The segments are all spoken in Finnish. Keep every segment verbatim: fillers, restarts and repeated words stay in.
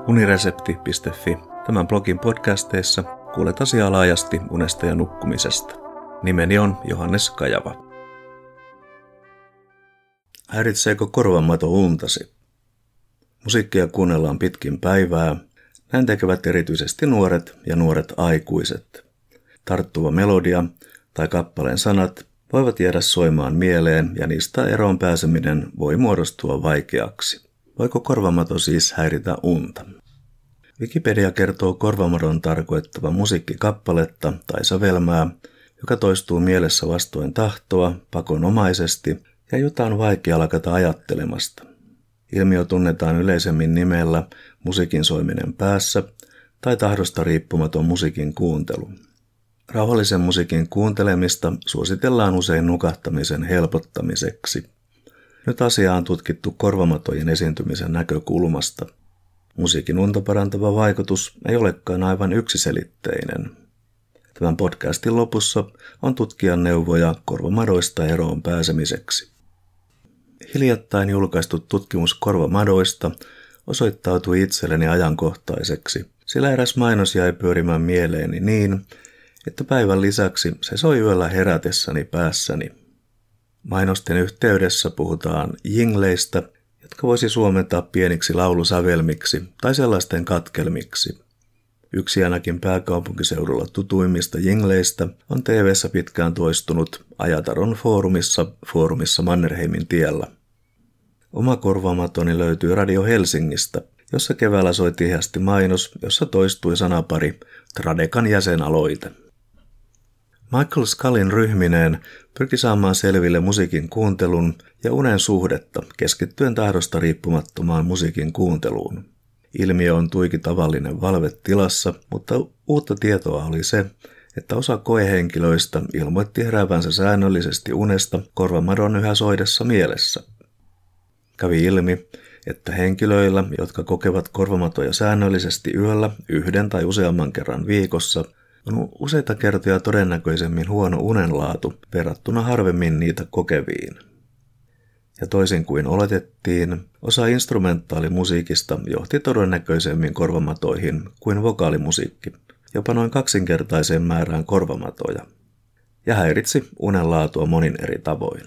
Uniresepti piste fi. Tämän blogin podcasteissa kuulet asiaa laajasti unesta ja nukkumisesta. Nimeni on Johannes Kajava. Häiritseekö korvamato untasi? Musiikkia kuunnellaan pitkin päivää. Näin tekevät erityisesti nuoret ja nuoret aikuiset. Tarttuva melodia tai kappaleen sanat voivat jäädä soimaan mieleen ja niistä eroon pääseminen voi muodostua vaikeaksi. Voiko korvamato siis häiritä unta? Wikipedia kertoo korvamadon tarkoittavan musiikkikappaletta tai sävelmää, joka toistuu mielessä vastoin tahtoa, pakonomaisesti ja jota on vaikea lakata ajattelemasta. Ilmiö tunnetaan yleisemmin nimellä musiikin soiminen päässä tai tahdosta riippumaton musiikin kuuntelu. Rauhallisen musiikin kuuntelemista suositellaan usein nukahtamisen helpottamiseksi. Nyt asiaa on tutkittu korvamatojen esiintymisen näkökulmasta. Musiikin unta parantava vaikutus ei olekaan aivan yksiselitteinen. Tämän podcastin lopussa on tutkijan neuvoja korvamadoista eroon pääsemiseksi. Hiljattain julkaistu tutkimus korvamadoista osoittautui itselleni ajankohtaiseksi, sillä eräs mainos jäi pyörimään mieleeni niin, että päivän lisäksi se soi yöllä herätessäni päässäni. Mainosten yhteydessä puhutaan jingleistä, jotka voisi suomentaa pieniksi laulusävelmiksi tai sellaisten katkelmiksi. Yksi ainakin pääkaupunkiseudulla tutuimmista jingleistä on T V:ssä pitkään toistunut Ajataron foorumissa, foorumissa Mannerheimin tiellä. Oma korvamatoni löytyy Radio Helsingistä, jossa keväällä soi tiheästi mainos, jossa toistui sanapari Tradekan jäsenaloite. Michael Scullin ryhmineen pyrki saamaan selville musiikin kuuntelun ja unen suhdetta keskittyen tahdosta riippumattomaan musiikin kuunteluun. Ilmiö on tuiki tavallinen valvetilassa, mutta uutta tietoa oli se, että osa koehenkilöistä ilmoitti heräävänsä säännöllisesti unesta korvamadon yhä soidessa mielessä. Kävi ilmi, että henkilöillä, jotka kokevat korvamatoja säännöllisesti yöllä yhden tai useamman kerran viikossa, on useita kertoja todennäköisemmin huono unenlaatu verrattuna harvemmin niitä kokeviin. Ja toisin kuin oletettiin, osa instrumentaalimusiikista johti todennäköisemmin korvamatoihin kuin vokaalimusiikki, jopa noin kaksinkertaiseen määrään korvamatoja, ja häiritsi unenlaatua monin eri tavoin.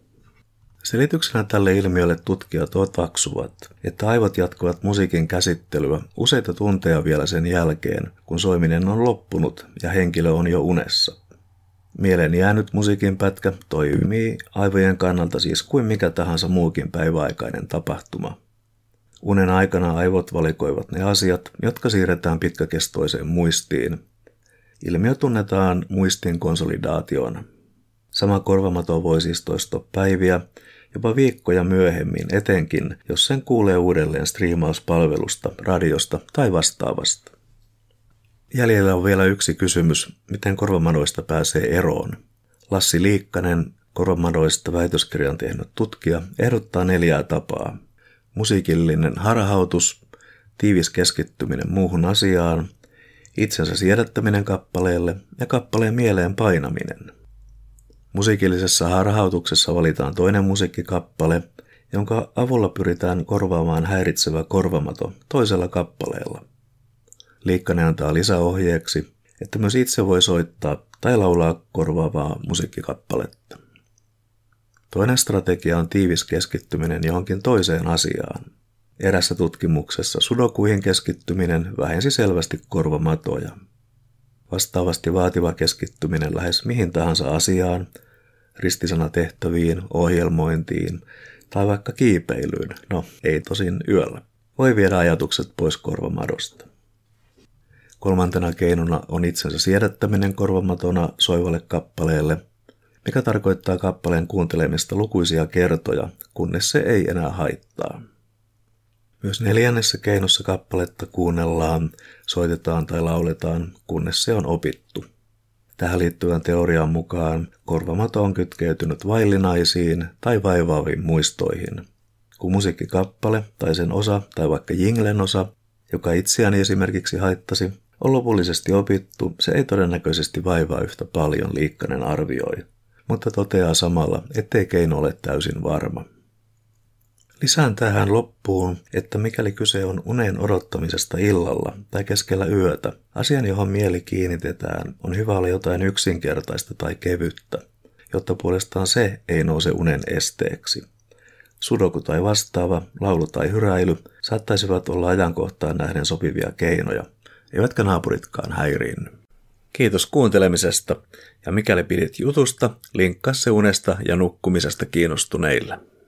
Selityksenä tälle ilmiölle tutkijat otaksuvat, että aivot jatkuvat musiikin käsittelyä useita tunteja vielä sen jälkeen, kun soiminen on loppunut ja henkilö on jo unessa. Mieleen jäänyt musiikin pätkä toimii aivojen kannalta siis kuin mikä tahansa muukin päiväaikainen tapahtuma. Unen aikana aivot valikoivat ne asiat, jotka siirretään pitkäkestoiseen muistiin. Ilmiö tunnetaan muistin konsolidaationa. Sama korvamato voi siis toistua päiviä, jopa viikkoja myöhemmin, etenkin jos sen kuulee uudelleen striimauspalvelusta, radiosta tai vastaavasta. Jäljellä on vielä yksi kysymys, miten korvamadoista pääsee eroon. Lassi Liikkanen, korvamadoista väitöskirjan tehnyt tutkija, ehdottaa neljää tapaa. Musiikillinen harhautus, tiivis keskittyminen muuhun asiaan, itsensä siedättäminen kappaleelle ja kappaleen mieleen painaminen. Musiikillisessa harhautuksessa valitaan toinen musiikkikappale, jonka avulla pyritään korvaamaan häiritsevä korvamato toisella kappaleella. Liikkanen antaa lisäohjeeksi, että myös itse voi soittaa tai laulaa korvaavaa musiikkikappaletta. Toinen strategia on tiivis keskittyminen johonkin toiseen asiaan. Erässä tutkimuksessa sudokuihin keskittyminen vähensi selvästi korvamatoja. Vastaavasti vaativa keskittyminen lähes mihin tahansa asiaan, ristisanatehtäviin, ohjelmointiin tai vaikka kiipeilyyn, no ei tosin yöllä, voi viedä ajatukset pois korvamadosta. Kolmantena keinona on itsensä siedättäminen korvamatona soivalle kappaleelle, mikä tarkoittaa kappaleen kuuntelemista lukuisia kertoja, kunnes se ei enää haittaa. Myös neljännessä keinossa kappaletta kuunnellaan, soitetaan tai lauletaan, kunnes se on opittu. Tähän liittyvän teorian mukaan korvamato on kytkeytynyt vaillinaisiin tai vaivaaviin muistoihin. Kun musiikkikappale tai sen osa tai vaikka jinglen osa, joka itseäni esimerkiksi haittasi, on lopullisesti opittu, se ei todennäköisesti vaivaa yhtä paljon, Liikkanen arvioi, mutta toteaa samalla, ettei keino ole täysin varma. Lisään tähän loppuun, että mikäli kyse on unen odottamisesta illalla tai keskellä yötä, asian johon mieli kiinnitetään on hyvä olla jotain yksinkertaista tai kevyttä, jotta puolestaan se ei nouse unen esteeksi. Sudoku tai vastaava, laulu tai hyräily saattaisivat olla ajankohtaan nähden sopivia keinoja, eivätkä naapuritkaan häiriinny. Kiitos kuuntelemisesta, ja mikäli pidit jutusta, linkkaa se unesta ja nukkumisesta kiinnostuneille.